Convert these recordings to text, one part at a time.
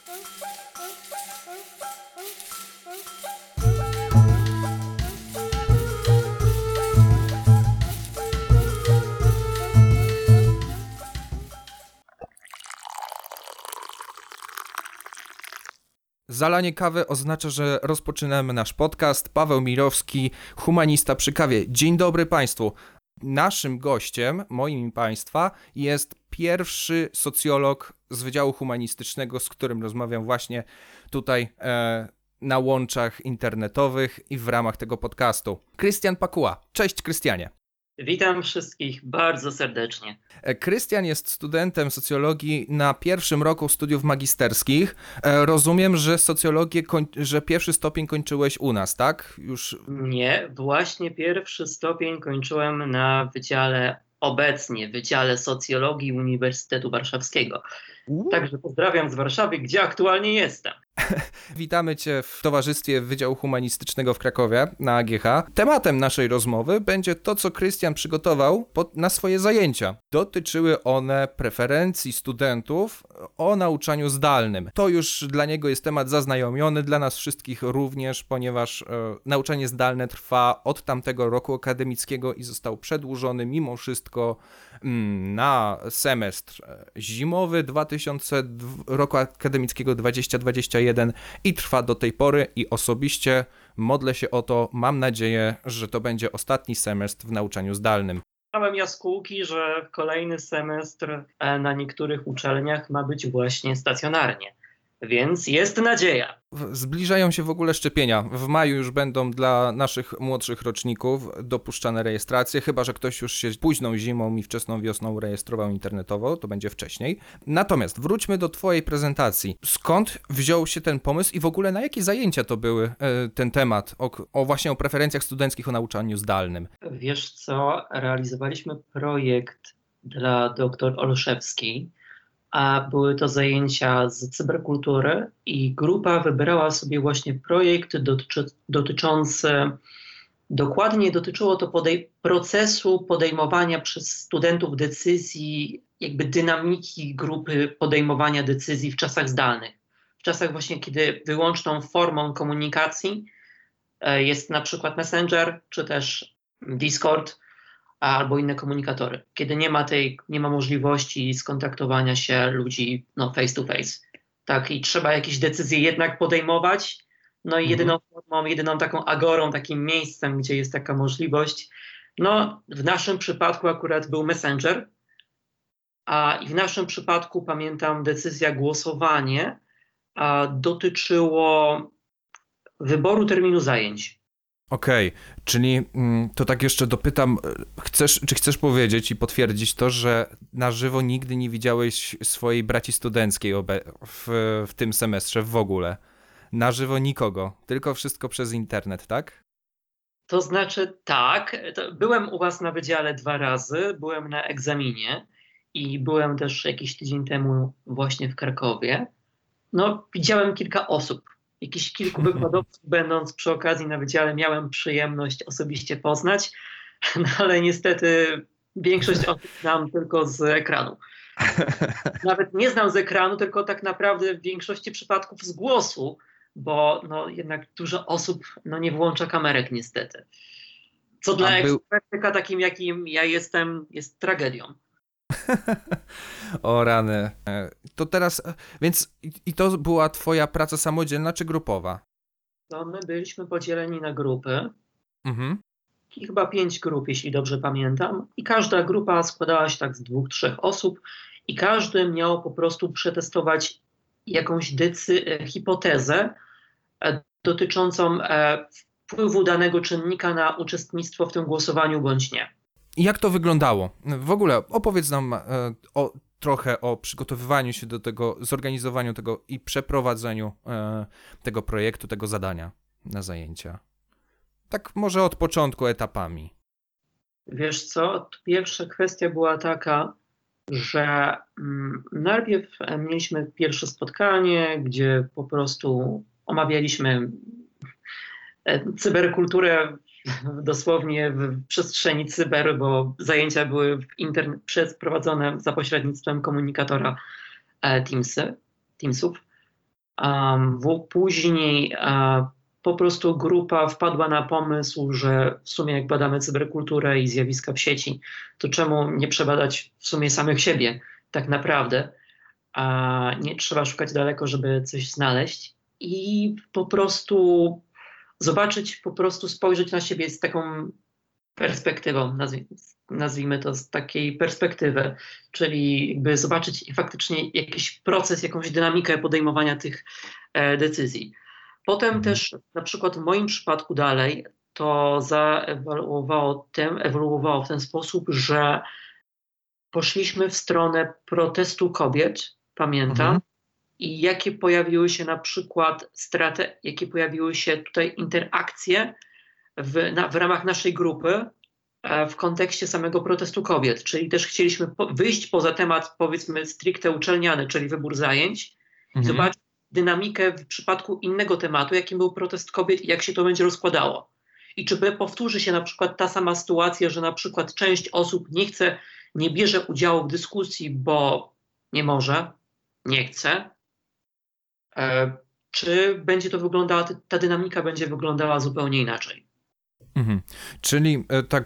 Zalanie kawy oznacza, że rozpoczynamy nasz podcast. Paweł Mirowski, humanista przy kawie. Dzień dobry Państwu. Naszym gościem, moim i Państwa, jest pierwszy socjolog z Wydziału Humanistycznego, z którym rozmawiam właśnie tutaj na łączach internetowych i w ramach tego podcastu. Krystian Pakuła. Cześć Krystianie. Witam wszystkich bardzo serdecznie. Krystian jest studentem socjologii na pierwszym roku studiów magisterskich. Rozumiem, że socjologię, że pierwszy stopień kończyłeś u nas, tak? Już... Nie, właśnie pierwszy stopień kończyłem na Wydziale Socjologii Uniwersytetu Warszawskiego. Także pozdrawiam z Warszawy, gdzie aktualnie jestem. Witamy Cię w towarzystwie Wydziału Humanistycznego w Krakowie na AGH. Tematem naszej rozmowy będzie to, co Krystian przygotował na swoje zajęcia. Dotyczyły one preferencji studentów o nauczaniu zdalnym. To już dla niego jest temat zaznajomiony, dla nas wszystkich również, ponieważ nauczanie zdalne trwa od tamtego roku akademickiego i został przedłużony mimo wszystko na semestr zimowy roku akademickiego 2021 i trwa do tej pory i osobiście modlę się o to, mam nadzieję, że to będzie ostatni semestr w nauczaniu zdalnym. Miałem jaskółki, że kolejny semestr na niektórych uczelniach ma być właśnie stacjonarnie, więc jest nadzieja. Zbliżają się w ogóle szczepienia. W maju już będą dla naszych młodszych roczników dopuszczane rejestracje, chyba że ktoś już się późną zimą i wczesną wiosną rejestrował internetowo, to będzie wcześniej. Natomiast wróćmy do Twojej prezentacji. Skąd wziął się ten pomysł i w ogóle na jakie zajęcia to były ten temat właśnie o preferencjach studenckich, o nauczaniu zdalnym? Wiesz co, realizowaliśmy projekt dla dr Olszewskiej, a były to zajęcia z cyberkultury i grupa wybrała sobie właśnie projekt dotyczący, dokładnie dotyczyło to procesu podejmowania przez studentów decyzji, jakby dynamiki grupy podejmowania decyzji w czasach zdalnych. W czasach właśnie, kiedy wyłączną formą komunikacji jest na przykład Messenger, czy też Discord, albo inne komunikatory, kiedy nie ma możliwości skontaktowania się ludzi face to face. Tak, i trzeba jakieś decyzje jednak podejmować. No i jedyną formą, jedyną taką agorą, takim miejscem, gdzie jest taka możliwość, no w naszym przypadku akurat był Messenger, i w naszym przypadku pamiętam głosowanie dotyczyło wyboru terminu zajęć. Okej, czyli to tak jeszcze dopytam, czy chcesz powiedzieć i potwierdzić to, że na żywo nigdy nie widziałeś swojej braci studenckiej w tym semestrze w ogóle? Na żywo nikogo, tylko wszystko przez internet, tak? To znaczy tak, byłem u was na wydziale 2 razy, byłem na egzaminie i byłem też jakiś tydzień temu właśnie w Krakowie. No, widziałem kilka osób. Jakichś kilku wykładowców, będąc przy okazji na wydziale, miałem przyjemność osobiście poznać, no ale niestety większość osób znam tylko z ekranu. Nawet nie znam z ekranu, tylko tak naprawdę w większości przypadków z głosu, bo jednak dużo osób nie włącza kamerek niestety. Co dla ekspertyka takim, jakim ja jestem, jest tragedią. O rany. To teraz, więc i to była twoja praca samodzielna czy grupowa? To my byliśmy podzieleni na grupy. Mhm. I chyba 5 grup, jeśli dobrze pamiętam. I każda grupa składała się tak z 2-3 osób i każdy miał po prostu przetestować jakąś hipotezę dotyczącą wpływu danego czynnika na uczestnictwo w tym głosowaniu bądź nie. I jak to wyglądało? W ogóle opowiedz nam trochę o przygotowywaniu się do tego, zorganizowaniu tego i przeprowadzeniu tego projektu, tego zadania na zajęcia. Tak może od początku etapami. Wiesz co, pierwsza kwestia była taka, że najpierw mieliśmy pierwsze spotkanie, gdzie po prostu omawialiśmy cyberkulturę dosłownie w przestrzeni cyber, bo zajęcia były przeprowadzone za pośrednictwem komunikatora Teamsów. Później po prostu grupa wpadła na pomysł, że w sumie jak badamy cyberkulturę i zjawiska w sieci, to czemu nie przebadać w sumie samych siebie tak naprawdę, a nie trzeba szukać daleko, żeby coś znaleźć i po prostu zobaczyć, po prostu spojrzeć na siebie z taką perspektywą, nazwijmy to z takiej perspektywy, czyli jakby zobaczyć faktycznie jakiś proces, jakąś dynamikę podejmowania tych decyzji. Potem też na przykład w moim przypadku dalej to ewoluowało w ten sposób, że poszliśmy w stronę protestu kobiet, pamiętam, i jakie pojawiły się na przykład jakie pojawiły się tutaj interakcje w ramach naszej grupy w kontekście samego protestu kobiet, czyli też chcieliśmy wyjść poza temat, powiedzmy, stricte uczelniany, czyli wybór zajęć, i zobaczyć dynamikę w przypadku innego tematu, jakim był protest kobiet i jak się to będzie rozkładało. I czy powtórzy się na przykład ta sama sytuacja, że na przykład część osób nie bierze udziału w dyskusji, bo nie może, nie chce, czy będzie to wyglądała, ta dynamika będzie wyglądała zupełnie inaczej. Czyli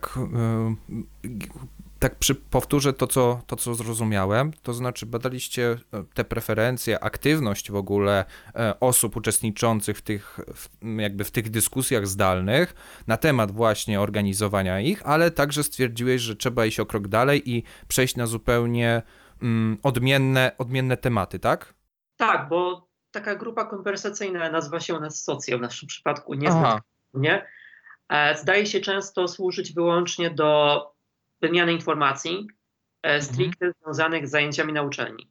powtórzę to, co zrozumiałem, to znaczy badaliście te preferencje, aktywność w ogóle osób uczestniczących w tych dyskusjach zdalnych na temat właśnie organizowania ich, ale także stwierdziłeś, że trzeba iść o krok dalej i przejść na zupełnie odmienne tematy, tak? Tak, bo taka grupa konwersacyjna nazywa się u nas socjo, w naszym przypadku nie. Zdaje się często służyć wyłącznie do wymiany informacji stricte związanych z zajęciami na uczelni.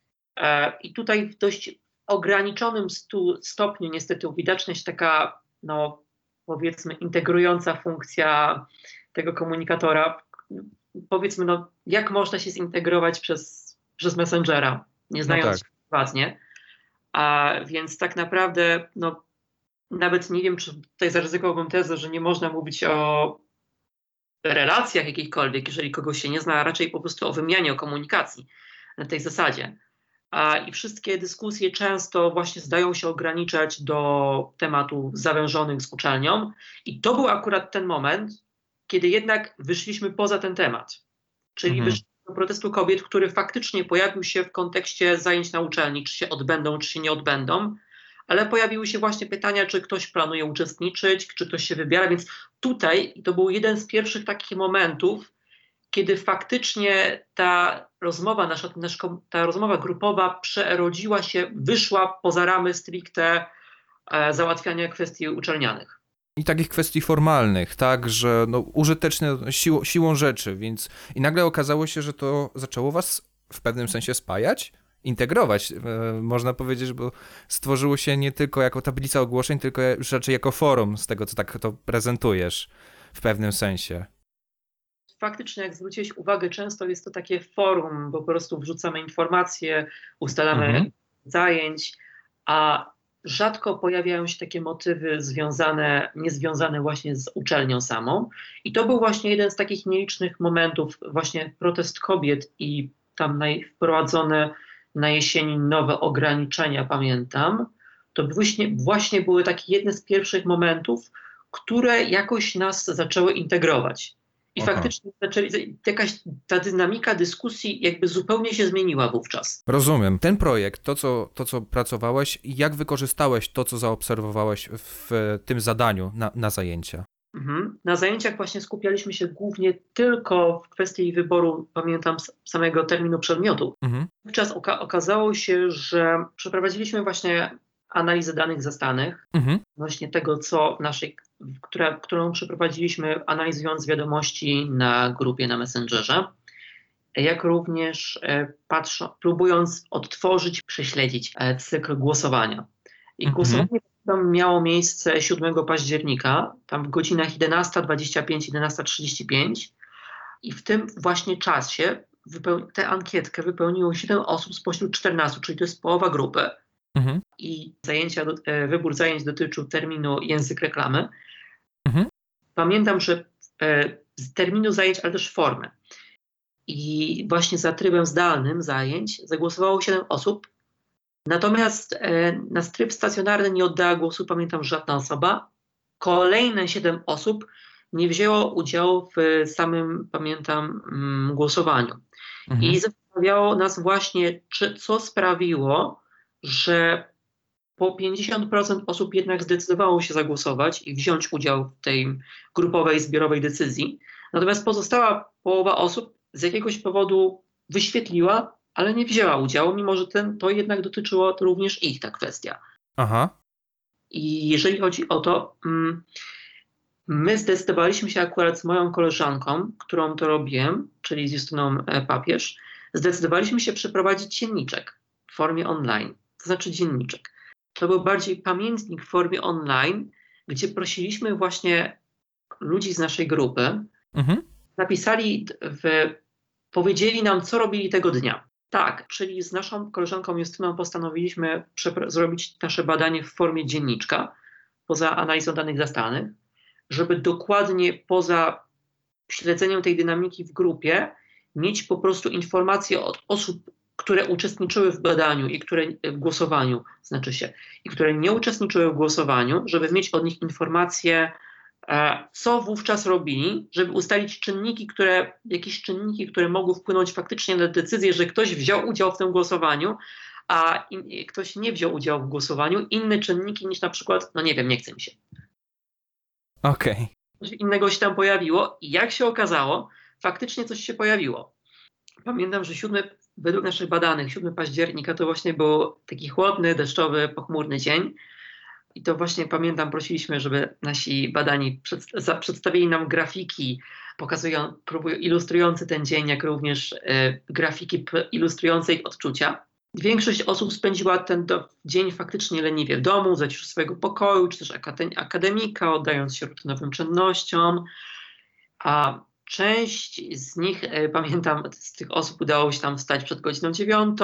I tutaj w dość ograniczonym stopniu niestety uwidacznia się taka, no powiedzmy, integrująca funkcja tego komunikatora. Powiedzmy, no jak można się zintegrować przez Messengera, nie znając się prywatnie. Więc tak naprawdę, no nawet nie wiem, czy tutaj zaryzykowałbym tezę, że nie można mówić o relacjach jakichkolwiek, jeżeli kogoś się nie zna, a raczej po prostu o wymianie, o komunikacji na tej zasadzie. I wszystkie dyskusje często właśnie zdają się ograniczać do tematów zawężonych z uczelnią. I to był akurat ten moment, kiedy jednak wyszliśmy poza ten temat. Czyli wyszliśmy do protestu kobiet, który faktycznie pojawił się w kontekście zajęć na uczelni, czy się odbędą, czy się nie odbędą. Ale pojawiły się właśnie pytania, czy ktoś planuje uczestniczyć, czy ktoś się wybiera, więc tutaj to był jeden z pierwszych takich momentów, kiedy faktycznie ta rozmowa ta rozmowa grupowa przerodziła się, wyszła poza ramy stricte załatwiania kwestii uczelnianych. I takich kwestii formalnych, tak, że no, użyteczne siłą rzeczy, więc i nagle okazało się, że to zaczęło was w pewnym sensie spajać, integrować, można powiedzieć, bo stworzyło się nie tylko jako tablica ogłoszeń, tylko już raczej jako forum z tego, co tak to prezentujesz w pewnym sensie. Faktycznie, jak zwróciłeś uwagę, często jest to takie forum, po prostu wrzucamy informacje, ustalamy zajęć, a rzadko pojawiają się takie motywy niezwiązane właśnie z uczelnią samą. I to był właśnie jeden z takich nielicznych momentów, właśnie protest kobiet i tam wprowadzone na jesieni nowe ograniczenia, pamiętam. To właśnie były takie jedne z pierwszych momentów, które jakoś nas zaczęły integrować. I faktycznie ta dynamika dyskusji jakby zupełnie się zmieniła wówczas. Rozumiem. Ten projekt, to co pracowałeś, jak wykorzystałeś to, co zaobserwowałeś w tym zadaniu na zajęcia? Na zajęciach właśnie skupialiśmy się głównie tylko w kwestii wyboru, pamiętam, samego terminu przedmiotu. Wówczas okazało się, że przeprowadziliśmy właśnie analizę danych zastanych, właśnie tego, którą przeprowadziliśmy analizując wiadomości na grupie na Messengerze, jak również próbując odtworzyć, prześledzić cykl głosowania. I głosowanie tam miało miejsce 7 października, tam w godzinach 11:25, 11:35 i w tym właśnie czasie tę ankietkę wypełniło 7 osób spośród 14, czyli to jest połowa grupy. I wybór zajęć dotyczył terminu język reklamy. Pamiętam, że z terminu zajęć, ale też formy. I właśnie za trybem zdalnym zajęć zagłosowało 7 osób Natomiast na tryb stacjonarny nie oddała głosu, pamiętam, żadna osoba. Kolejne 7 osób nie wzięło udziału w samym, pamiętam, głosowaniu. I zastanawiało nas właśnie, co sprawiło, że po 50% osób jednak zdecydowało się zagłosować i wziąć udział w tej grupowej, zbiorowej decyzji. Natomiast pozostała połowa osób z jakiegoś powodu wyświetliła, ale nie wzięła udziału, mimo że to jednak dotyczyło również ich ta kwestia. Aha. I jeżeli chodzi o to, my zdecydowaliśmy się akurat z moją koleżanką, którą to robiłem, czyli z Justyną Papież, zdecydowaliśmy się przeprowadzić dzienniczek w formie online, to znaczy dzienniczek. To był bardziej pamiętnik w formie online, gdzie prosiliśmy właśnie ludzi z naszej grupy, napisali, powiedzieli nam, co robili tego dnia. Tak, czyli z naszą koleżanką Justyną postanowiliśmy zrobić nasze badanie w formie dzienniczka, poza analizą danych zastanych, żeby dokładnie poza śledzeniem tej dynamiki w grupie mieć po prostu informacje od osób, które uczestniczyły w badaniu i które w głosowaniu, znaczy się, i które nie uczestniczyły w głosowaniu, żeby mieć od nich informacje, co wówczas robili, żeby ustalić jakieś czynniki, które mogły wpłynąć faktycznie na decyzję, że ktoś wziął udział w tym głosowaniu, a ktoś nie wziął udziału w głosowaniu, inne czynniki niż na przykład, no nie wiem, nie chce mi się. Okej. Coś innego się tam pojawiło i jak się okazało, faktycznie coś się pojawiło. Pamiętam, że według naszych badanych 7 października to właśnie był taki chłodny, deszczowy, pochmurny dzień. I to właśnie pamiętam, prosiliśmy, żeby nasi badani przedstawili nam grafiki ilustrujące ten dzień, jak również grafiki ilustrujące ich odczucia. Większość osób spędziła ten dzień faktycznie leniwie w domu, w zaciszu swojego pokoju, czy też akademika, oddając się rutynowym czynnościom. A część z nich, pamiętam, z tych osób udało się tam wstać przed godziną 9.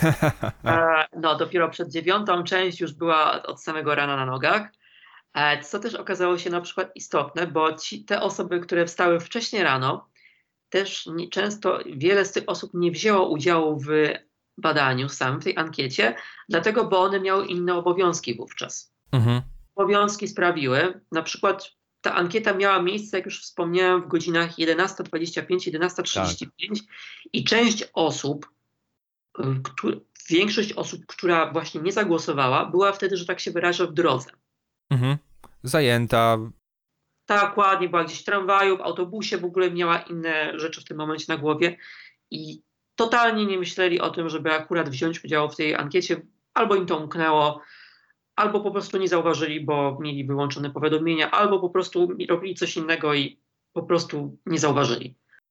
No, dopiero przed 9 część już była od samego rana na nogach. Co też okazało się na przykład istotne, bo te osoby, które wstały wcześnie rano, też często wiele z tych osób nie wzięło udziału w badaniu samym, w tej ankiecie, dlatego, bo one miały inne obowiązki wówczas. Obowiązki sprawiły, na przykład ta ankieta miała miejsce, jak już wspomniałem, w godzinach 11:25, 11:35 i większość osób, która właśnie nie zagłosowała, była wtedy, że tak się wyrażę, w drodze. Zajęta. Tak, ładnie, była gdzieś w tramwaju, w autobusie, w ogóle miała inne rzeczy w tym momencie na głowie i totalnie nie myśleli o tym, żeby akurat wziąć udział w tej ankiecie, albo im to umknęło, albo po prostu nie zauważyli, bo mieli wyłączone powiadomienia, albo po prostu robili coś innego i po prostu nie zauważyli.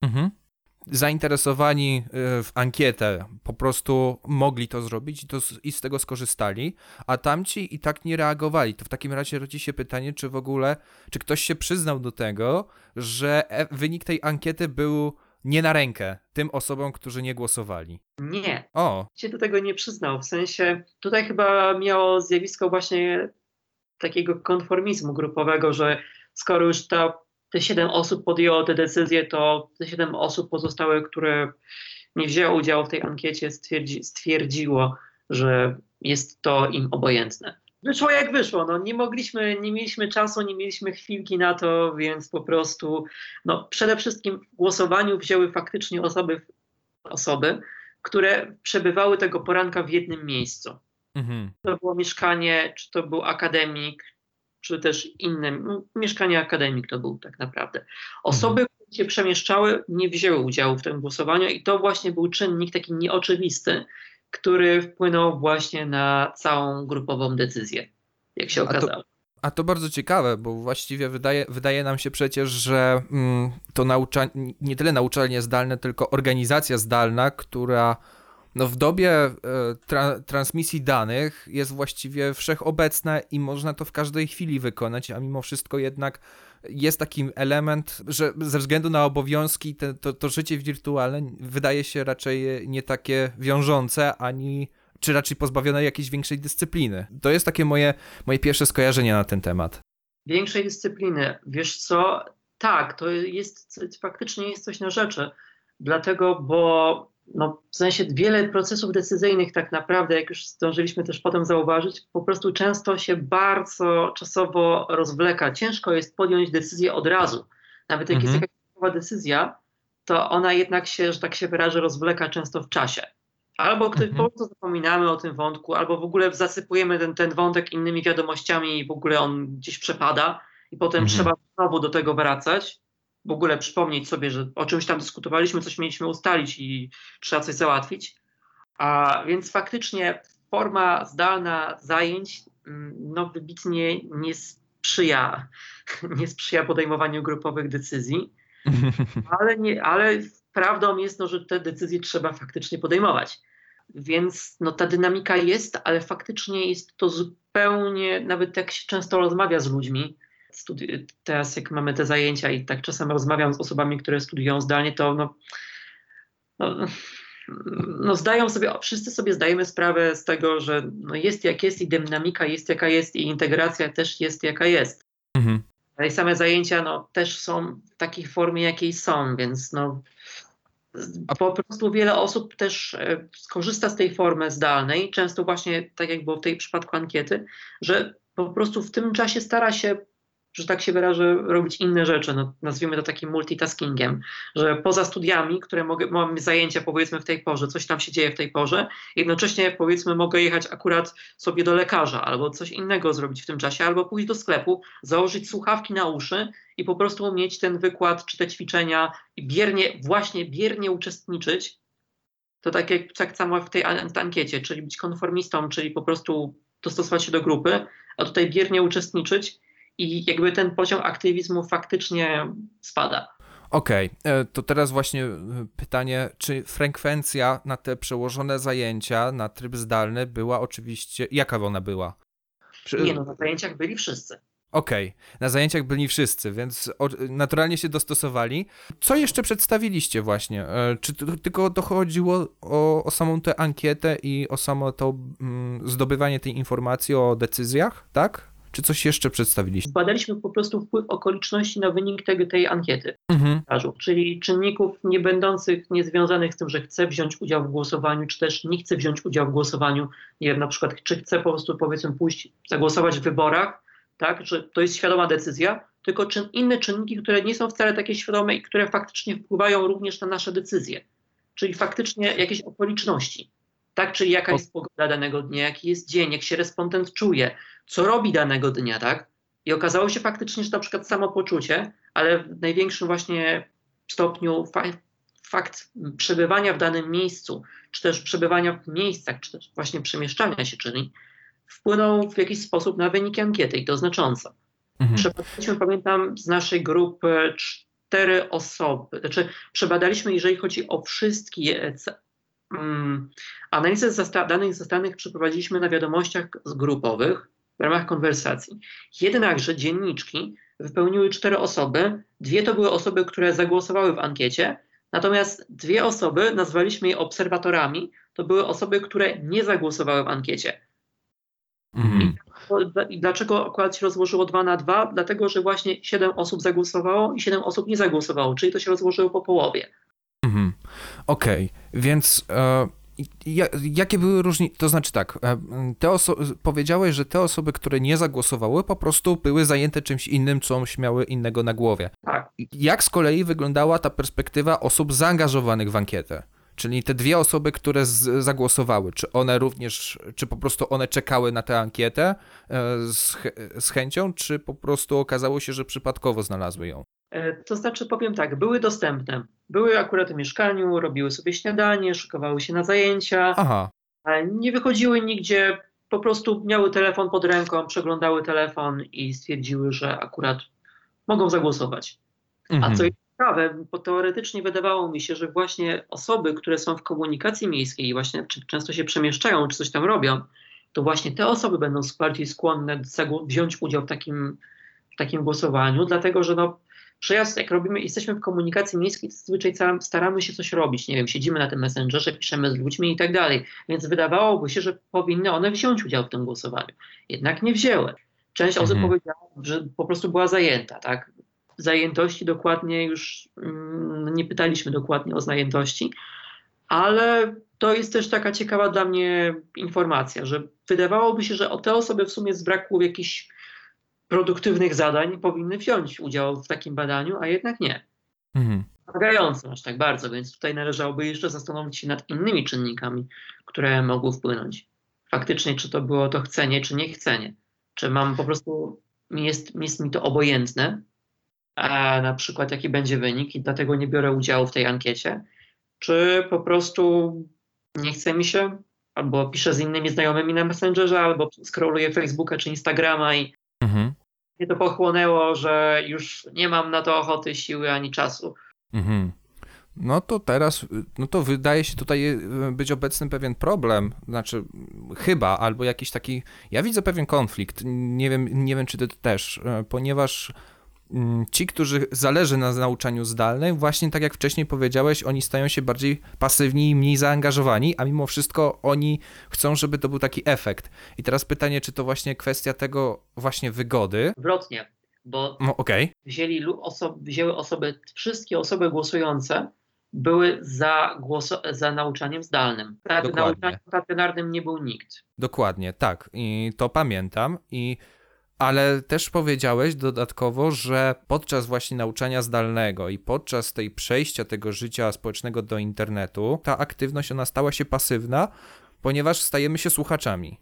Zainteresowani w ankietę po prostu mogli to zrobić i z tego skorzystali, a tamci i tak nie reagowali. To w takim razie rodzi się pytanie, czy ktoś się przyznał do tego, że wynik tej ankiety był nie na rękę tym osobom, którzy nie głosowali. Nie. Się do tego nie przyznał. W sensie tutaj chyba miało zjawisko właśnie takiego konformizmu grupowego, że skoro już te 7 osób podjęło tę decyzję, to te 7 osób pozostałe, które nie wzięło udziału w tej ankiecie, stwierdziło, że jest to im obojętne. Wyszło jak wyszło, no nie mieliśmy czasu, nie mieliśmy chwilki na to, więc po prostu przede wszystkim w głosowaniu wzięły faktycznie osoby, które przebywały tego poranka w jednym miejscu. To było mieszkanie, czy to był akademik, czy też inne, mieszkanie akademik to był tak naprawdę. Osoby, które się przemieszczały, nie wzięły udziału w tym głosowaniu i to właśnie był czynnik taki nieoczywisty, który wpłynął właśnie na całą grupową decyzję, jak się okazało. A to bardzo ciekawe, bo właściwie wydaje nam się przecież, że to nie tyle nauczanie zdalne, tylko organizacja zdalna, która w dobie transmisji danych jest właściwie wszechobecna i można to w każdej chwili wykonać, a mimo wszystko jednak jest taki element, że ze względu na obowiązki to życie wirtualne wydaje się raczej nie takie wiążące, czy raczej pozbawione jakiejś większej dyscypliny. To jest takie moje pierwsze skojarzenie na ten temat. Większej dyscypliny. Wiesz co? Tak, faktycznie jest coś na rzeczy. Dlatego, bo no, w sensie wiele procesów decyzyjnych tak naprawdę, jak już zdążyliśmy też potem zauważyć, po prostu często się bardzo czasowo rozwleka. Ciężko jest podjąć decyzję od razu. Nawet jak jest Mhm. jakaś nowa decyzja, to ona jednak się, że tak się wyrażę, rozwleka często w czasie. Albo ktoś po Mhm. prostu zapominamy o tym wątku, albo w ogóle zasypujemy ten wątek innymi wiadomościami i w ogóle on gdzieś przepada i potem Mhm. trzeba znowu do tego wracać, w ogóle przypomnieć sobie, że o czymś tam dyskutowaliśmy, coś mieliśmy ustalić i trzeba coś załatwić. A więc faktycznie forma zdalna zajęć no, wybitnie nie sprzyja podejmowaniu grupowych decyzji, ale prawdą jest, no, że te decyzje trzeba faktycznie podejmować. Więc no, ta dynamika jest, ale faktycznie jest to zupełnie, nawet jak się często rozmawia z ludźmi, teraz jak mamy te zajęcia i tak czasem rozmawiam z osobami, które studiują zdalnie, to no, no zdają sobie, wszyscy sobie zdajemy sprawę z tego, że no jest jak jest i dynamika jest jaka jest i integracja też jest jaka jest. Mhm. Ale same zajęcia no, też są w takiej formie, jakiej są, więc no, po prostu wiele osób też skorzysta z tej formy zdalnej, często właśnie tak jak było w tej przypadku ankiety, że po prostu w tym czasie stara się, że tak się wyrażę, robić inne rzeczy. No, nazwijmy to takim multitaskingiem, że poza studiami, które mam zajęcia powiedzmy w tej porze, coś tam się dzieje w tej porze, jednocześnie powiedzmy mogę jechać akurat sobie do lekarza albo coś innego zrobić w tym czasie, albo pójść do sklepu, założyć słuchawki na uszy i po prostu mieć ten wykład czy te ćwiczenia i biernie uczestniczyć. To tak samo w tej ankiecie, czyli być konformistą, czyli po prostu dostosować się do grupy, a tutaj biernie uczestniczyć i jakby ten poziom aktywizmu faktycznie spada. Okej, to teraz właśnie pytanie, czy frekwencja na te przełożone zajęcia, na tryb zdalny była oczywiście, jaka ona była? Nie no, na zajęciach byli wszyscy. Okej, na zajęciach byli wszyscy, więc naturalnie się dostosowali. Co jeszcze przedstawiliście właśnie? Czy tylko dochodziło o samą tę ankietę i o samo to zdobywanie tej informacji o decyzjach, tak? Czy coś jeszcze przedstawiliście? Zbadaliśmy po prostu wpływ okoliczności na wynik tej ankiety, Mhm. czyli czynników nie będących, niezwiązanych z tym, że chcę wziąć udział w głosowaniu, czy też nie chcę wziąć udziału w głosowaniu. Nie wiem, na przykład, czy chcę po prostu powiedzmy pójść, zagłosować w wyborach, tak, że to jest świadoma decyzja, tylko inne czynniki, które nie są wcale takie świadome i które faktycznie wpływają również na nasze decyzje. Czyli faktycznie jakieś okoliczności, tak, czyli jaka jest pogoda danego dnia, jaki jest dzień, jak się respondent czuje, co robi danego dnia, tak? I okazało się faktycznie, że na przykład samopoczucie, ale w największym właśnie stopniu fakt przebywania w danym miejscu, czy też przebywania w miejscach, czy też właśnie przemieszczania się, czyli wpłynął w jakiś sposób na wyniki ankiety i to znacząco. Mhm. Przebadaliśmy, pamiętam, z naszej grupy 4 osoby, znaczy przebadaliśmy, jeżeli chodzi o wszystkie analizę danych zastanych przeprowadziliśmy na wiadomościach grupowych w ramach konwersacji. Jednakże dzienniczki wypełniły 4 osoby, 2 to były osoby, które zagłosowały w ankiecie, natomiast 2 osoby, nazwaliśmy je obserwatorami, to były osoby, które nie zagłosowały w ankiecie. Mhm. I dlaczego akurat się rozłożyło 2 na 2? Dlatego, że właśnie 7 osób zagłosowało i 7 osób nie zagłosowało, czyli to się rozłożyło po połowie. Mhm. Okej, więc jakie były różnice? To znaczy tak, powiedziałeś, że te osoby, które nie zagłosowały, po prostu były zajęte czymś innym, coś miały innego na głowie. Tak. Jak z kolei wyglądała ta perspektywa osób zaangażowanych w ankietę? Czyli te 2 osoby, które zagłosowały, czy one również, czy po prostu one czekały na tę ankietę z chęcią, czy po prostu okazało się, że przypadkowo znalazły ją? To znaczy, powiem tak, były dostępne. Były akurat w mieszkaniu, robiły sobie śniadanie, szykowały się na zajęcia, Aha. nie wychodziły nigdzie, po prostu miały telefon pod ręką, przeglądały telefon i stwierdziły, że akurat mogą zagłosować. A co jest ciekawe, bo teoretycznie wydawało mi się, że właśnie osoby, które są w komunikacji miejskiej i właśnie często się przemieszczają, czy coś tam robią, to właśnie te osoby będą bardziej skłonne wziąć udział w takim głosowaniu, dlatego że no, przejazd, jak jesteśmy w komunikacji miejskiej, to zazwyczaj staramy się coś robić. Nie wiem, siedzimy na tym Messengerze, piszemy z ludźmi i tak dalej. Więc wydawałoby się, że powinny one wziąć udział w tym głosowaniu. Jednak nie wzięły. Część osób powiedziała, że po prostu była zajęta, tak? Zajętości dokładnie już nie pytaliśmy dokładnie o zajętości, Ale to jest też taka ciekawa dla mnie informacja, że wydawałoby się, że te osoby w sumie z braku jakichś produktywnych zadań powinny wziąć udział w takim badaniu, a jednak nie. Mhm. Wymagającym aż tak bardzo, więc tutaj należałoby jeszcze zastanowić się nad innymi czynnikami, które mogły wpłynąć. Faktycznie, czy to było to chcenie, czy niechcenie. Czy mam po prostu, jest mi to obojętne, a na przykład jaki będzie wynik i dlatego nie biorę udziału w tej ankiecie, czy po prostu nie chce mi się, albo piszę z innymi znajomymi na Messengerze, albo scrolluję Facebooka czy Instagrama i Mhm. mnie to pochłonęło, że już nie mam na to ochoty, siły ani czasu. Mhm. No to teraz, no to wydaje się tutaj być obecny pewien problem, znaczy chyba, albo jakiś taki, ja widzę pewien konflikt, nie wiem czy ty też, ponieważ ci, którzy zależy na nauczaniu zdalnym, właśnie tak jak wcześniej powiedziałeś, oni stają się bardziej pasywni i mniej zaangażowani, a mimo wszystko oni chcą, żeby to był taki efekt. I teraz pytanie, czy to właśnie kwestia tego właśnie wygody? Odwrotnie, bo No okej. wzięły osoby, wszystkie osoby głosujące były za nauczaniem zdalnym. Nad nauczaniem Dokładnie. stacjonarnym nie był nikt. Dokładnie, tak. I to pamiętam. Ale też powiedziałeś dodatkowo, że podczas właśnie nauczania zdalnego i podczas tej przejścia tego życia społecznego do internetu, ta aktywność ona stała się pasywna, ponieważ stajemy się słuchaczami.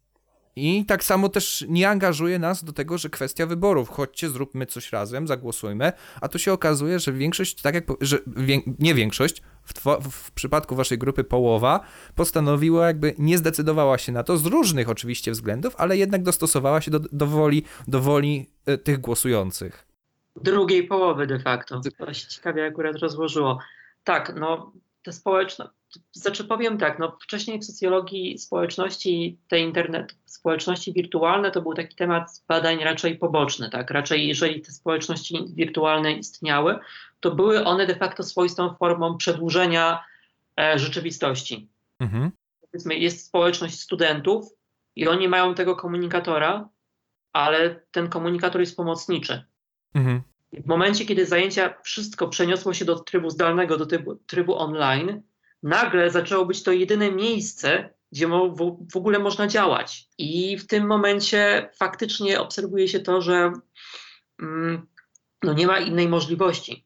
I tak samo też nie angażuje nas do tego, że kwestia wyborów, chodźcie, zróbmy coś razem, zagłosujmy, a tu się okazuje, że większość, tak jak, nie większość, w przypadku waszej grupy połowa, postanowiła jakby, nie zdecydowała się na to, z różnych oczywiście względów, ale jednak dostosowała się do woli tych głosujących. Drugiej połowy de facto. To się ciekawie akurat rozłożyło. Tak, no te znaczy powiem tak, no wcześniej w socjologii społeczności, te społeczności wirtualne to był taki temat badań raczej poboczny, tak? Raczej jeżeli te społeczności wirtualne istniały, to były one de facto swoistą formą przedłużenia rzeczywistości. Mhm. Powiedzmy, jest społeczność studentów i oni mają tego komunikatora, ale ten komunikator jest pomocniczy. Mhm. W momencie, kiedy zajęcia, wszystko przeniosło się do trybu zdalnego, do trybu online, nagle zaczęło być to jedyne miejsce, gdzie w ogóle można działać. I w tym momencie faktycznie obserwuje się to, że no nie ma innej możliwości.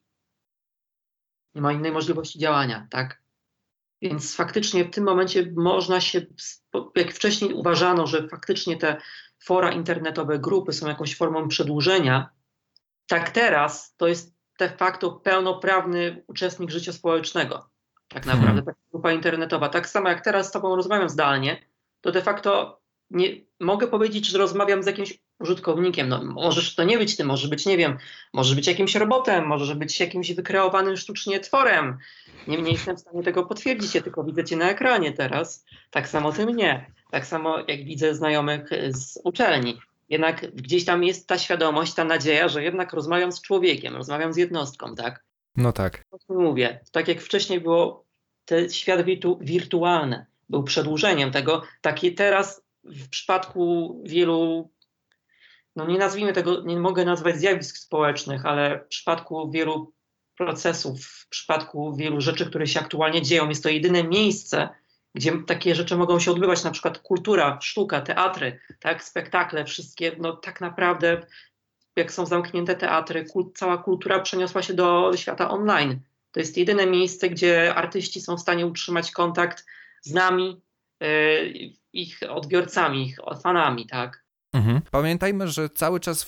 Nie ma innej możliwości działania, tak? Więc faktycznie w tym momencie można się, jak wcześniej uważano, że faktycznie te fora internetowe, grupy są jakąś formą przedłużenia, tak teraz to jest de facto pełnoprawny uczestnik życia społecznego. Tak naprawdę, taka grupa internetowa. Tak samo jak teraz z tobą rozmawiam zdalnie, to de facto nie mogę powiedzieć, że rozmawiam z jakimś użytkownikiem. No, możesz to nie być ty, może być, nie wiem, może być jakimś robotem, może być jakimś wykreowanym sztucznie tworem. Nie jestem w stanie tego potwierdzić, ja tylko widzę cię na ekranie teraz. Tak samo ty mnie. Tak samo jak widzę znajomych z uczelni. Jednak gdzieś tam jest ta świadomość, ta nadzieja, że jednak rozmawiam z człowiekiem, rozmawiam z jednostką, tak? No tak. Mówię, tak jak wcześniej było, ten świat wirtualny był przedłużeniem tego, takie teraz w przypadku wielu, no nie nazwijmy tego, nie mogę nazwać zjawisk społecznych, ale w przypadku wielu procesów, w przypadku wielu rzeczy, które się aktualnie dzieją, jest to jedyne miejsce, gdzie takie rzeczy mogą się odbywać, na przykład kultura, sztuka, teatry, tak, spektakle, wszystkie, no tak naprawdę jak są zamknięte teatry, cała kultura przeniosła się do świata online. To jest jedyne miejsce, gdzie artyści są w stanie utrzymać kontakt z nami, ich odbiorcami, ich fanami, tak? Mhm. Pamiętajmy, że cały czas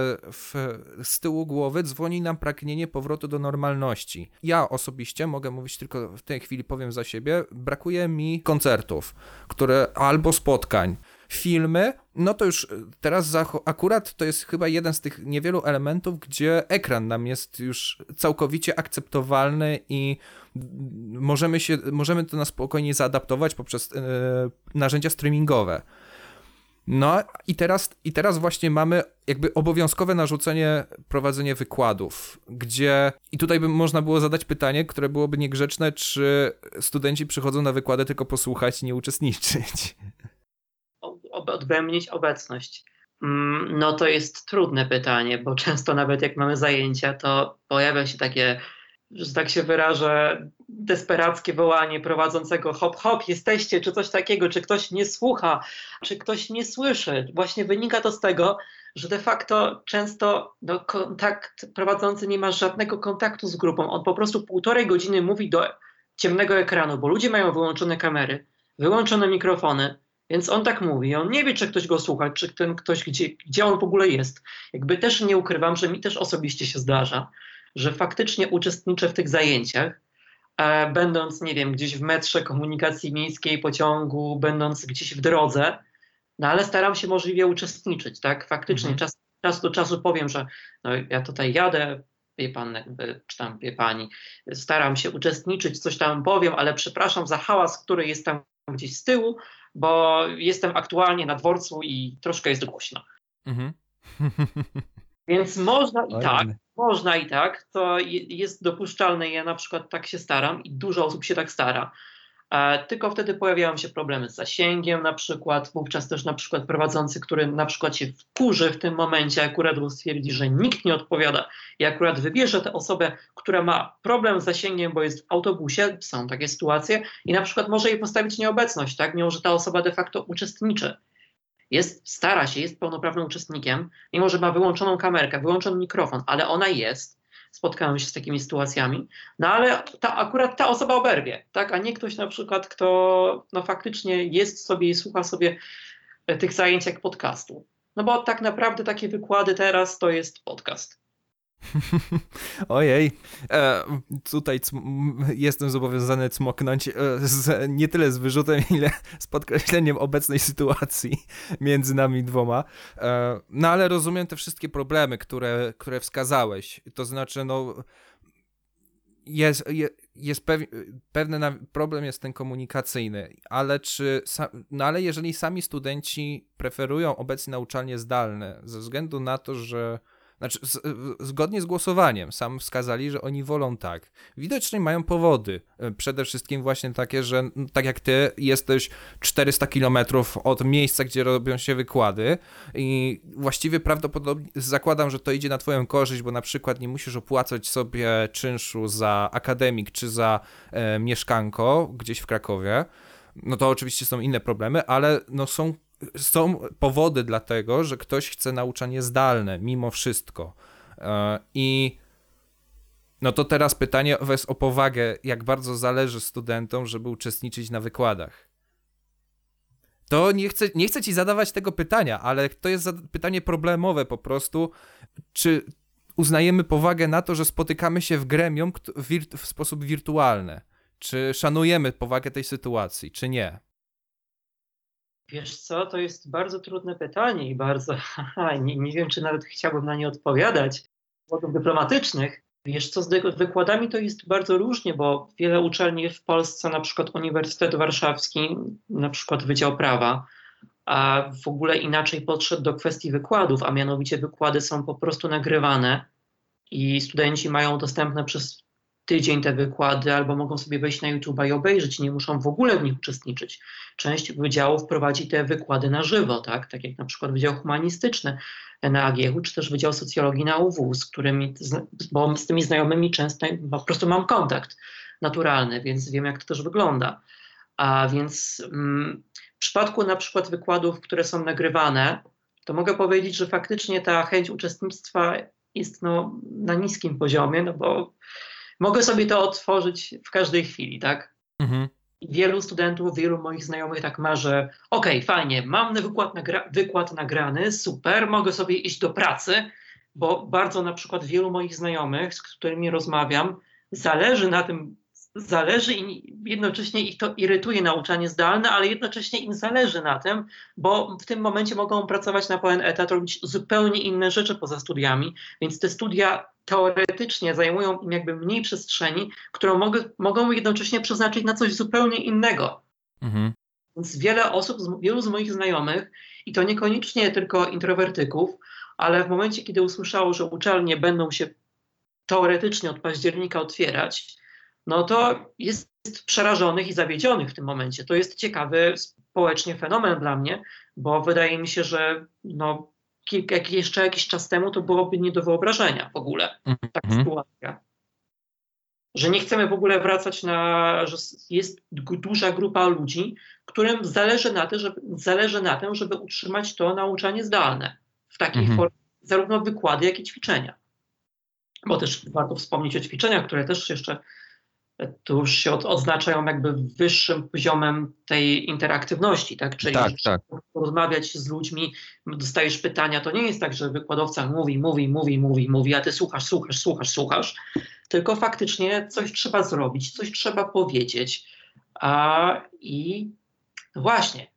z tyłu głowy dzwoni nam pragnienie powrotu do normalności. Ja osobiście mogę mówić tylko w tej chwili, powiem za siebie, brakuje mi koncertów, albo spotkań. Filmy, no to już teraz akurat to jest chyba jeden z tych niewielu elementów, gdzie ekran nam jest już całkowicie akceptowalny i możemy to na spokojnie zaadaptować poprzez narzędzia streamingowe. No i teraz właśnie mamy jakby obowiązkowe narzucenie prowadzenie wykładów, i tutaj by można było zadać pytanie, które byłoby niegrzeczne, czy studenci przychodzą na wykłady tylko posłuchać i nie uczestniczyć. Odbębnić obecność. No to jest trudne pytanie, bo często nawet jak mamy zajęcia, to pojawia się takie że tak się wyrażę, desperackie wołanie prowadzącego hop, hop, jesteście, czy coś takiego, czy ktoś nie słucha, czy ktoś nie słyszy. Właśnie wynika to z tego, że de facto często kontakt prowadzący nie ma żadnego kontaktu z grupą. On po prostu 1,5 godziny mówi do ciemnego ekranu, bo ludzie mają wyłączone kamery, wyłączone mikrofony, więc on tak mówi. On nie wie, czy ktoś go słucha, czy ten ktoś, gdzie on w ogóle jest. Jakby też nie ukrywam, że mi też osobiście się zdarza, że faktycznie uczestniczę w tych zajęciach, będąc, nie wiem, gdzieś w metrze, komunikacji miejskiej, pociągu, będąc gdzieś w drodze, no ale staram się możliwie uczestniczyć, tak? Faktycznie czas do czasu powiem, że no, ja tutaj jadę, wie pan, jakby, czy tam wie pani, staram się uczestniczyć, coś tam powiem, ale przepraszam za hałas, który jest tam gdzieś z tyłu, bo jestem aktualnie na dworcu i troszkę jest głośno. Mhm. Więc można i Oj, tak, rany. można i tak, to jest dopuszczalne. Ja na przykład tak się staram i dużo osób się tak stara. Tylko wtedy pojawiają się problemy z zasięgiem na przykład, wówczas też na przykład prowadzący, który na przykład się wkurzy w tym momencie, akurat bo stwierdzi, że nikt nie odpowiada i akurat wybierze tę osobę, która ma problem z zasięgiem, bo jest w autobusie, są takie sytuacje i na przykład może jej postawić nieobecność, tak, mimo że ta osoba de facto uczestniczy. Stara się, jest pełnoprawnym uczestnikiem, mimo że ma wyłączoną kamerkę, wyłączony mikrofon, ale ona jest. Spotkałem się z takimi sytuacjami, no ale akurat ta osoba oberwie, tak, a nie ktoś na przykład, kto no, faktycznie jest sobie i słucha sobie tych zajęć jak podcastu. No bo tak naprawdę takie wykłady teraz to jest podcast. Ojej, tutaj jestem zobowiązany cmoknąć nie tyle z wyrzutem, ile z podkreśleniem obecnej sytuacji między nami dwoma. No ale rozumiem te wszystkie problemy, które wskazałeś. To znaczy, no jest pewny problem jest ten komunikacyjny, ale ale jeżeli sami studenci preferują obecnie nauczanie zdalne ze względu na to, że zgodnie z głosowaniem sam wskazali, że oni wolą tak. Widocznie mają powody. Przede wszystkim właśnie takie, że tak jak ty jesteś 400 kilometrów od miejsca, gdzie robią się wykłady i właściwie prawdopodobnie zakładam, że to idzie na twoją korzyść, bo na przykład nie musisz opłacać sobie czynszu za akademik czy za mieszkanko gdzieś w Krakowie. No to oczywiście są inne problemy, ale no są powody dla tego, że ktoś chce nauczanie zdalne, mimo wszystko. I no to teraz pytanie jest o powagę, jak bardzo zależy studentom, żeby uczestniczyć na wykładach. To nie chcę ci zadawać tego pytania, ale to jest pytanie problemowe po prostu. Czy uznajemy powagę na to, że spotykamy się w gremium w sposób wirtualny? Czy szanujemy powagę tej sytuacji, czy nie? Wiesz co, to jest bardzo trudne pytanie i bardzo, nie wiem, czy nawet chciałbym na nie odpowiadać z powodów dyplomatycznych. Wiesz co, z wykładami to jest bardzo różnie, bo wiele uczelni w Polsce, na przykład Uniwersytet Warszawski, na przykład Wydział Prawa, a w ogóle inaczej podszedł do kwestii wykładów, a mianowicie wykłady są po prostu nagrywane i studenci mają dostępne przez tydzień te wykłady, albo mogą sobie wejść na YouTube'a i obejrzeć, nie muszą w ogóle w nich uczestniczyć. Część wydziałów prowadzi te wykłady na żywo, tak jak na przykład Wydział Humanistyczny na AGH-u, czy też Wydział Socjologii na UW, bo z tymi znajomymi często po prostu mam kontakt naturalny, więc wiem, jak to też wygląda. A więc w przypadku na przykład wykładów, które są nagrywane, to mogę powiedzieć, że faktycznie ta chęć uczestnictwa jest na niskim poziomie, no bo mogę sobie to otworzyć w każdej chwili, tak? Mhm. I wielu studentów, wielu moich znajomych tak ma, że okej, fajnie, mam wykład nagrany, super, mogę sobie iść do pracy, bo bardzo na przykład wielu moich znajomych, z którymi rozmawiam, zależy i jednocześnie ich to irytuje nauczanie zdalne, ale jednocześnie im zależy na tym, bo w tym momencie mogą pracować na pełen etat, robić zupełnie inne rzeczy poza studiami, więc te studia teoretycznie zajmują im jakby mniej przestrzeni, którą mogą jednocześnie przeznaczyć na coś zupełnie innego. Mhm. Więc wielu z moich znajomych, i to niekoniecznie tylko introwertyków, ale w momencie, kiedy usłyszało, że uczelnie będą się teoretycznie od października otwierać, no to jest przerażonych i zawiedzionych w tym momencie. To jest ciekawy społecznie fenomen dla mnie, bo wydaje mi się, że jeszcze jakiś czas temu to byłoby nie do wyobrażenia w ogóle taka sytuacja. że nie chcemy w ogóle wracać że jest duża grupa ludzi, którym zależy na tym, żeby utrzymać to nauczanie zdalne w takiej formie, zarówno wykłady, jak i ćwiczenia. Bo też warto wspomnieć o ćwiczeniach, które też jeszcze tu już się odznaczają jakby wyższym poziomem tej interaktywności, tak? Czyli Tak. rozmawiać z ludźmi, dostajesz pytania, to nie jest tak, że wykładowca mówi, a ty słuchasz, tylko faktycznie coś trzeba zrobić, coś trzeba powiedzieć. I właśnie.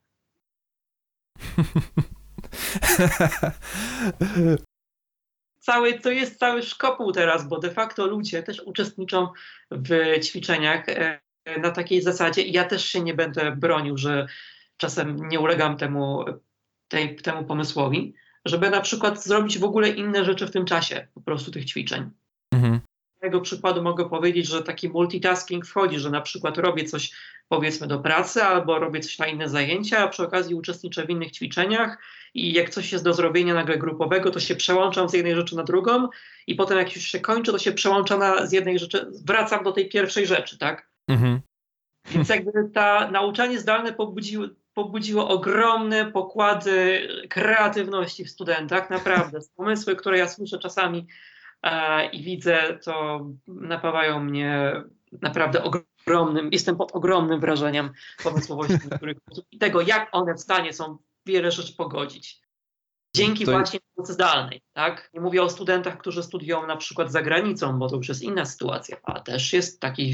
To jest cały szkopuł teraz, bo de facto ludzie też uczestniczą w ćwiczeniach na takiej zasadzie i ja też się nie będę bronił, że czasem nie ulegam temu pomysłowi, żeby na przykład zrobić w ogóle inne rzeczy w tym czasie po prostu tych ćwiczeń. Z tego przykładu mogę powiedzieć, że taki multitasking wchodzi, że na przykład robię coś powiedzmy do pracy albo robię coś na inne zajęcia, a przy okazji uczestniczę w innych ćwiczeniach i jak coś jest do zrobienia nagle grupowego, to się przełączam z jednej rzeczy na drugą i potem jak już się kończy, to się przełączam z jednej rzeczy, wracam do tej pierwszej rzeczy, tak? Więc jakby nauczanie zdalne pobudziło ogromne pokłady kreatywności w studentach, naprawdę. Pomysły, które ja słyszę czasami i widzę, to napawają mnie naprawdę jestem pod ogromnym wrażeniem pomysłowości niektórych osób i tego, jak one w stanie są wiele rzeczy pogodzić. Dzięki właśnie nauce zdalnej, tak? Nie mówię o studentach, którzy studiują na przykład za granicą, bo to już jest inna sytuacja, a też jest takich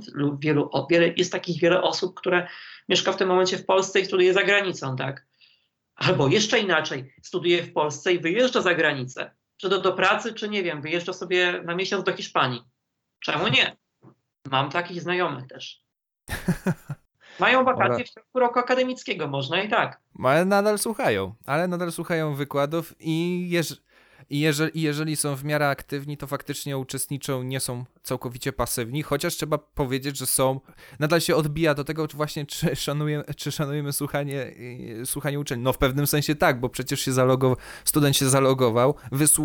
wiele osób, które mieszka w tym momencie w Polsce i studiuje za granicą, tak? Albo jeszcze inaczej, studiuje w Polsce i wyjeżdża za granicę. Czy to do pracy, czy nie wiem, wyjeżdża sobie na miesiąc do Hiszpanii. Czemu nie? Mam takich znajomych też. Mają wakacje w środku roku akademickiego, można i tak. Ale nadal słuchają wykładów i jeżeli są w miarę aktywni, to faktycznie uczestniczą, nie są całkowicie pasywni, chociaż trzeba powiedzieć, że nadal się odbija do tego właśnie, czy szanujemy słuchanie uczeń. No w pewnym sensie tak, bo przecież student się zalogował,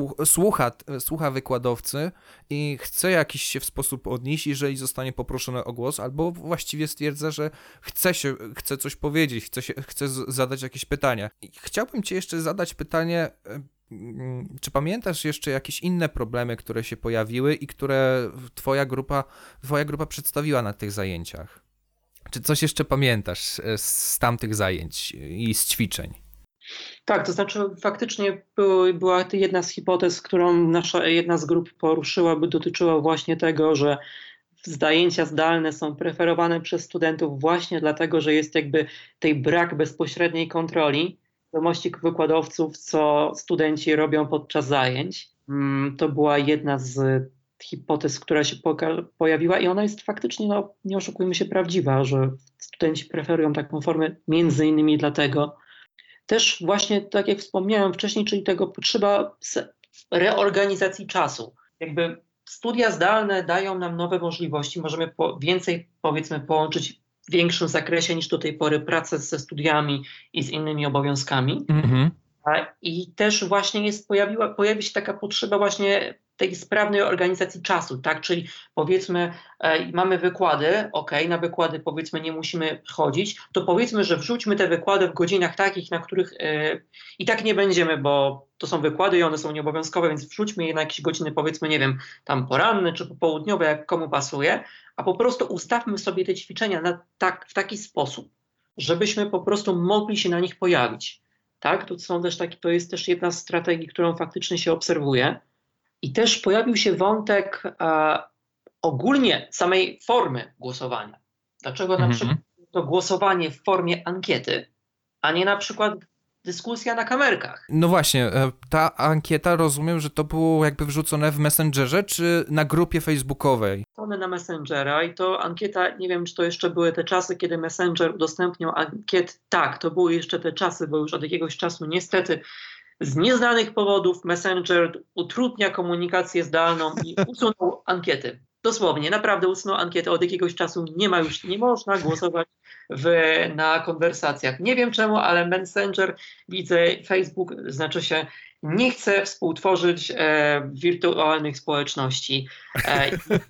słucha wykładowcy i chce jakiś się w sposób odnieść, jeżeli zostanie poproszony o głos, albo właściwie stwierdza, że chce coś powiedzieć, chce zadać jakieś pytania. I chciałbym ci jeszcze zadać pytanie, czy pamiętasz jeszcze jakieś inne problemy, które się pojawiły i które twoja grupa przedstawiła na tych zajęciach? Czy coś jeszcze pamiętasz z tamtych zajęć i z ćwiczeń? Tak, to znaczy faktycznie była jedna z hipotez, którą jedna z grup poruszyła, dotyczyła właśnie tego, że zajęcia zdalne są preferowane przez studentów właśnie dlatego, że jest jakby tej brak bezpośredniej kontroli wiadomości wykładowców, co studenci robią podczas zajęć. To była jedna z hipotez, która się pojawiła i ona jest faktycznie, no, nie oszukujmy się, prawdziwa, że studenci preferują taką formę między innymi dlatego. Też właśnie, tak jak wspomniałem wcześniej, czyli tego potrzeba reorganizacji czasu. Jakby studia zdalne dają nam nowe możliwości, możemy więcej powiedzmy połączyć w większym zakresie niż do tej pory pracę ze studiami i z innymi obowiązkami. I też właśnie pojawi się taka potrzeba właśnie tej sprawnej organizacji czasu, tak? Czyli powiedzmy mamy wykłady, na wykłady powiedzmy nie musimy chodzić, to powiedzmy, że wrzućmy te wykłady w godzinach takich, na których i tak nie będziemy, bo to są wykłady i one są nieobowiązkowe, więc wrzućmy je na jakieś godziny powiedzmy, nie wiem, tam poranne czy popołudniowe, jak komu pasuje, a po prostu ustawmy sobie te ćwiczenia w taki sposób, żebyśmy po prostu mogli się na nich pojawić. Tak? To jest też jedna z strategii, którą faktycznie się obserwuje. I też pojawił się wątek ogólnie samej formy głosowania. Dlaczego na przykład to głosowanie w formie ankiety, a nie na przykład dyskusja na kamerkach? No właśnie, ta ankieta, rozumiem, że to było jakby wrzucone w Messengerze, czy na grupie facebookowej? Na Messengera i to ankieta, nie wiem, czy to jeszcze były te czasy, kiedy Messenger udostępniał ankiet. Tak, to były jeszcze te czasy, bo już od jakiegoś czasu niestety z nieznanych powodów Messenger utrudnia komunikację zdalną i usunął ankiety. Dosłownie, naprawdę usunął ankietę. Od jakiegoś czasu nie można głosować na konwersacjach. Nie wiem czemu, ale Messenger, widzę, Facebook, znaczy się, nie chce współtworzyć wirtualnych społeczności.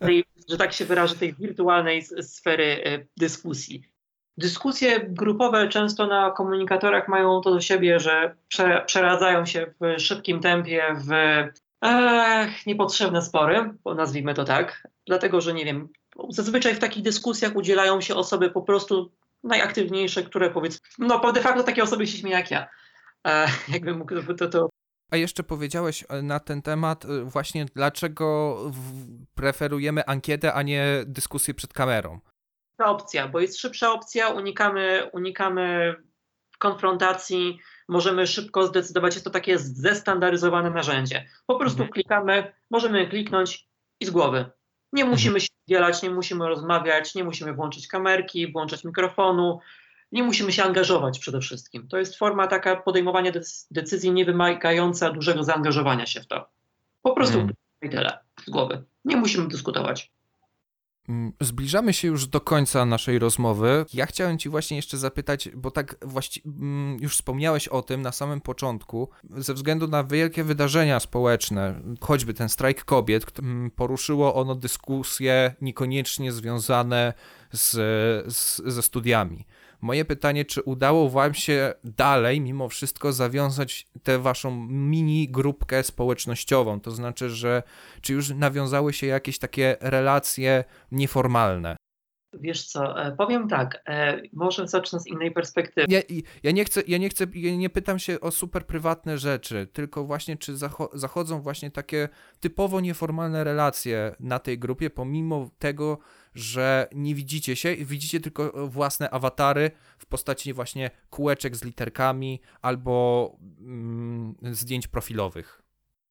że tak się wyrażę, tej wirtualnej sfery dyskusji. Dyskusje grupowe często na komunikatorach mają to do siebie, że przeradzają się w szybkim tempie w niepotrzebne spory, nazwijmy to tak, dlatego że nie wiem, zazwyczaj w takich dyskusjach udzielają się osoby po prostu najaktywniejsze, które powiedzmy, no de facto takie osoby się śmieją jak ja. Jakbym mógł to. A jeszcze powiedziałeś na ten temat właśnie, dlaczego preferujemy ankietę, a nie dyskusję przed kamerą. Opcja, bo jest szybsza opcja, unikamy konfrontacji, możemy szybko zdecydować, jest to takie zestandaryzowane narzędzie. Po prostu klikamy, możemy kliknąć i z głowy. Nie musimy się udzielać, nie musimy rozmawiać, nie musimy włączyć kamerki, włączać mikrofonu, nie musimy się angażować przede wszystkim. To jest forma taka podejmowania decyzji nie wymagająca dużego zaangażowania się w to. Po prostu i tyle, z głowy. Nie musimy dyskutować. Zbliżamy się już do końca naszej rozmowy. Ja chciałem Ci właśnie jeszcze zapytać, bo tak już wspomniałeś o tym na samym początku, ze względu na wielkie wydarzenia społeczne, choćby ten strajk kobiet, poruszyło ono dyskusje niekoniecznie związane ze studiami. Moje pytanie, czy udało Wam się dalej, mimo wszystko, zawiązać tę Waszą mini grupkę społecznościową? To znaczy, że czy już nawiązały się jakieś takie relacje nieformalne? Wiesz co, powiem tak, może zacznę z innej perspektywy. Ja nie pytam się o super prywatne rzeczy, tylko właśnie czy zachodzą właśnie takie typowo nieformalne relacje na tej grupie, pomimo tego, że nie widzicie się, widzicie tylko własne awatary w postaci właśnie kółeczek z literkami albo zdjęć profilowych.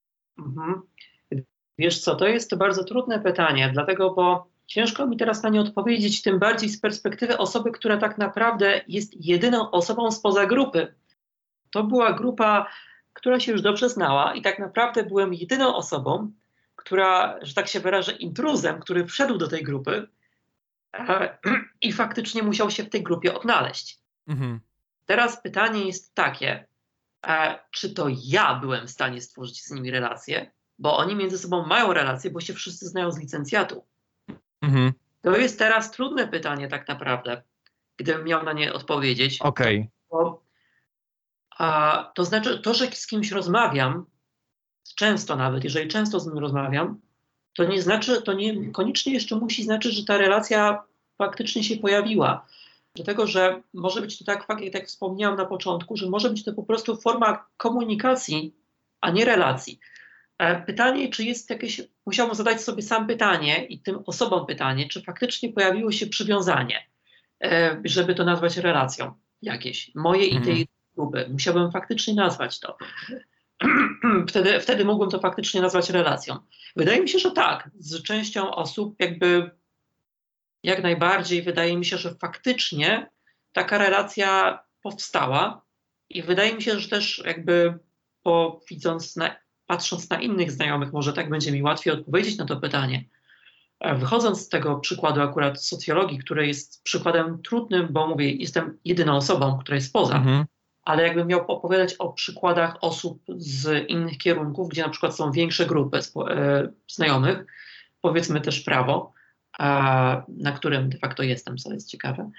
Wiesz co, to jest bardzo trudne pytanie, dlatego, bo ciężko mi teraz na nie odpowiedzieć, tym bardziej z perspektywy osoby, która tak naprawdę jest jedyną osobą spoza grupy. To była grupa, która się już dobrze znała i tak naprawdę byłem jedyną osobą, która, że tak się wyrażę, intruzem, który wszedł do tej grupy i faktycznie musiał się w tej grupie odnaleźć. Teraz pytanie jest takie, czy to ja byłem w stanie stworzyć z nimi relacje, bo oni między sobą mają relacje, bo się wszyscy znają z licencjatu. To jest teraz trudne pytanie tak naprawdę, gdybym miał na nie odpowiedzieć. Okej. To znaczy, to, że z kimś rozmawiam, często nawet, jeżeli często z nim rozmawiam, to nie koniecznie jeszcze musi znaczyć, że ta relacja faktycznie się pojawiła. Dlatego, że może być to tak, jak wspomniałam na początku, że może być to po prostu forma komunikacji, a nie relacji. Pytanie, czy jest jakieś, musiałbym zadać sobie sam pytanie i tym osobom pytanie, czy faktycznie pojawiło się przywiązanie, żeby to nazwać relacją jakieś, moje i tej grupy. Musiałbym faktycznie nazwać to. Wtedy mógłbym to faktycznie nazwać relacją. Wydaje mi się, że tak. Z częścią osób jak najbardziej wydaje mi się, że faktycznie taka relacja powstała i wydaje mi się, że też patrząc na innych znajomych, może tak będzie mi łatwiej odpowiedzieć na to pytanie. Wychodząc z tego przykładu akurat socjologii, który jest przykładem trudnym, bo mówię, jestem jedyną osobą, która jest poza, ale jakbym miał opowiadać o przykładach osób z innych kierunków, gdzie na przykład są większe grupy znajomych, powiedzmy też prawo, na którym de facto jestem, co jest ciekawe,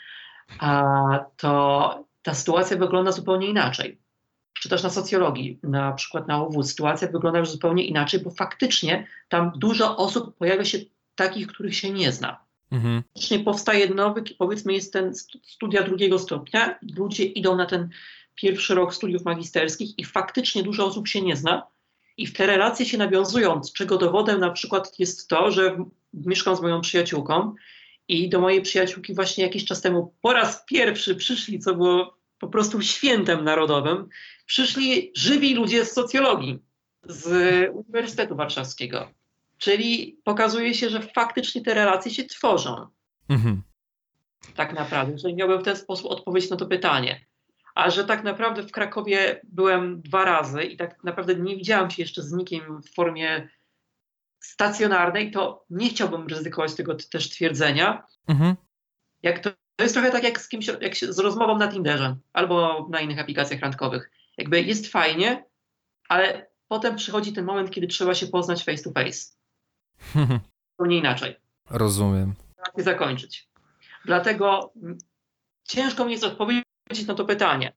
to ta sytuacja wygląda zupełnie inaczej. Czy też na socjologii, na przykład na UW, sytuacja wygląda już zupełnie inaczej, bo faktycznie tam dużo osób pojawia się takich, których się nie zna. Faktycznie powstaje nowy, powiedzmy jest ten studia 2. stopnia, ludzie idą na ten pierwszy rok studiów magisterskich i faktycznie dużo osób się nie zna i w te relacje się nawiązują, czego dowodem na przykład jest to, że mieszkam z moją przyjaciółką i do mojej przyjaciółki właśnie jakiś czas temu po raz pierwszy przyszli, co było po prostu świętem narodowym, przyszli żywi ludzie z socjologii, z Uniwersytetu Warszawskiego. Czyli pokazuje się, że faktycznie te relacje się tworzą. Tak naprawdę, jeżeli miałbym w ten sposób odpowiedzieć na to pytanie. A że tak naprawdę w Krakowie byłem 2 razy i tak naprawdę nie widziałam się jeszcze z nikim w formie stacjonarnej, to nie chciałbym ryzykować tego też twierdzenia. To jest trochę tak jak z kimś, z rozmową na Tinderze albo na innych aplikacjach randkowych. Jest fajnie, ale potem przychodzi ten moment, kiedy trzeba się poznać face to face. Zupełnie inaczej. Rozumiem. relację zakończyć. Dlatego ciężko mi jest odpowiedzieć na to pytanie.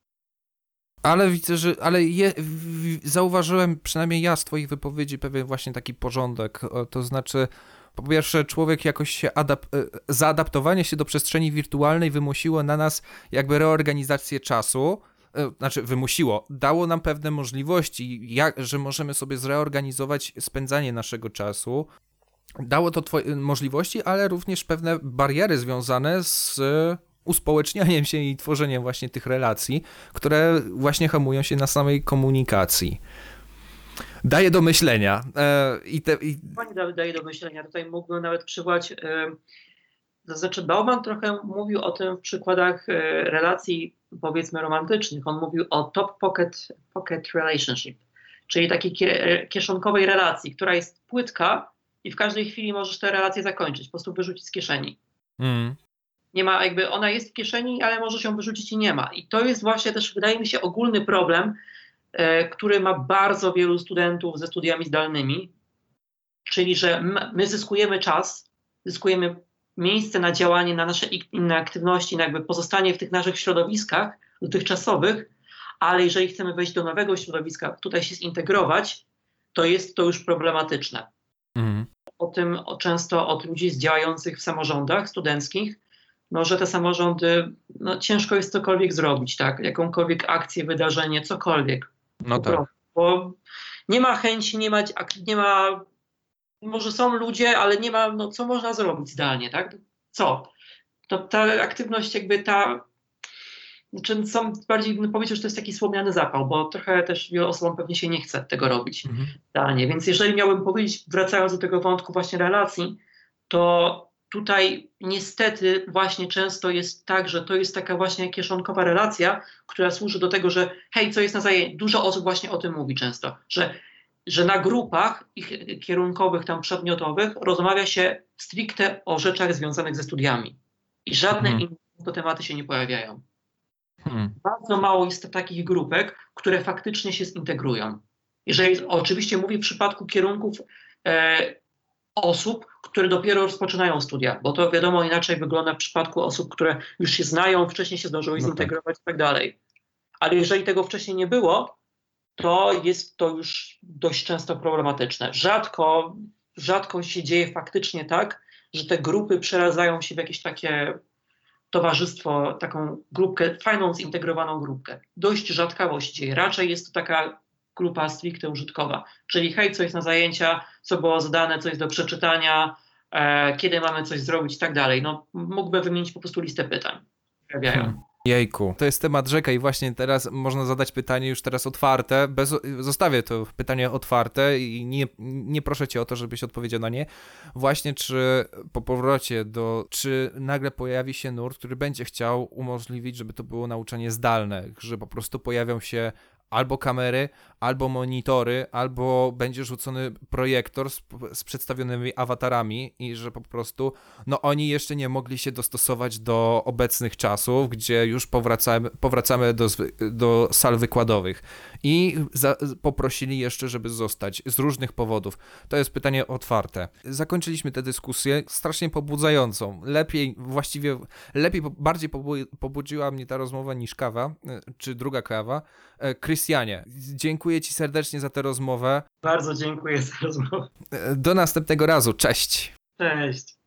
Ale widzę, że zauważyłem przynajmniej ja z twoich wypowiedzi pewien właśnie taki porządek. To znaczy, po pierwsze, człowiek jakoś się zaadaptowanie się do przestrzeni wirtualnej wymusiło na nas jakby reorganizację czasu. Znaczy wymusiło, dało nam pewne możliwości, że możemy sobie zreorganizować spędzanie naszego czasu. Dało to możliwości, ale również pewne bariery związane z uspołecznianiem się i tworzeniem właśnie tych relacji, które właśnie hamują się na samej komunikacji. Daje do myślenia. Pani daje do myślenia. Tutaj mógłbym nawet przywołać, to znaczy Bauman trochę mówił o tym w przykładach relacji, powiedzmy, romantycznych. On mówił o top pocket relationship, czyli takiej kieszonkowej relacji, która jest płytka i w każdej chwili możesz tę relację zakończyć, po prostu wyrzucić z kieszeni. Nie ma jakby, ona jest w kieszeni, ale możesz ją wyrzucić i nie ma. I to jest właśnie też, wydaje mi się, ogólny problem, który ma bardzo wielu studentów ze studiami zdalnymi, czyli że my zyskujemy czas, zyskujemy miejsce na działanie, na nasze inne aktywności, na jakby pozostanie w tych naszych środowiskach dotychczasowych, ale jeżeli chcemy wejść do nowego środowiska, tutaj się zintegrować, to jest to już problematyczne. Często od ludzi działających w samorządach studenckich, no, że te samorządy, no, ciężko jest cokolwiek zrobić, tak? Jakąkolwiek akcję, wydarzenie, cokolwiek. No tak. Bo nie ma chęci, nie ma, może są ludzie, ale nie ma, no co można zrobić zdalnie, tak? Co? To ta aktywność jakby znaczy są bardziej, powiedział, że to jest taki słomiany zapał, bo trochę też wielu osobom pewnie się nie chce tego robić zdalnie. Więc jeżeli miałbym powiedzieć, wracając do tego wątku właśnie relacji, to tutaj niestety właśnie często jest tak, że to jest taka właśnie kieszonkowa relacja, która służy do tego, że hej, co jest na zajęciu. Dużo osób właśnie o tym mówi często, że na grupach ich kierunkowych, tam przedmiotowych rozmawia się stricte o rzeczach związanych ze studiami. I żadne inne tematy się nie pojawiają. Bardzo mało jest takich grupek, które faktycznie się zintegrują. Jeżeli oczywiście mówię w przypadku kierunków osób, które dopiero rozpoczynają studia, bo to wiadomo inaczej wygląda w przypadku osób, które już się znają, wcześniej się zdążyły zintegrować i tak dalej. Ale jeżeli tego wcześniej nie było, to jest to już dość często problematyczne. Rzadko się dzieje faktycznie tak, że te grupy przeradzają się w jakieś takie towarzystwo, taką grupkę, fajną, zintegrowaną grupkę. Dość rzadkawo się dzieje. Raczej jest to taka grupa stricte użytkowa. Czyli hej, co jest na zajęcia, co było zadane, co jest do przeczytania, kiedy mamy coś zrobić i tak dalej. No, mógłbym wymienić po prostu listę pytań. Pojawiają. Jejku, to jest temat rzeka i właśnie teraz można zadać pytanie już teraz otwarte, zostawię to pytanie otwarte i nie proszę cię o to, żebyś odpowiedział na nie. Właśnie czy po powrocie czy nagle pojawi się nurt, który będzie chciał umożliwić, żeby to było nauczanie zdalne, że po prostu pojawią się albo kamery, albo monitory, albo będzie rzucony projektor z przedstawionymi awatarami i że po prostu, no oni jeszcze nie mogli się dostosować do obecnych czasów, gdzie już powracamy do sal wykładowych i poprosili jeszcze, żeby zostać z różnych powodów. To jest pytanie otwarte. Zakończyliśmy tę dyskusję strasznie pobudzającą. Bardziej pobudziła mnie ta rozmowa niż kawa, czy druga kawa. Krystianie, dziękuję ci serdecznie za tę rozmowę. Bardzo dziękuję za rozmowę. Do następnego razu. Cześć. Cześć.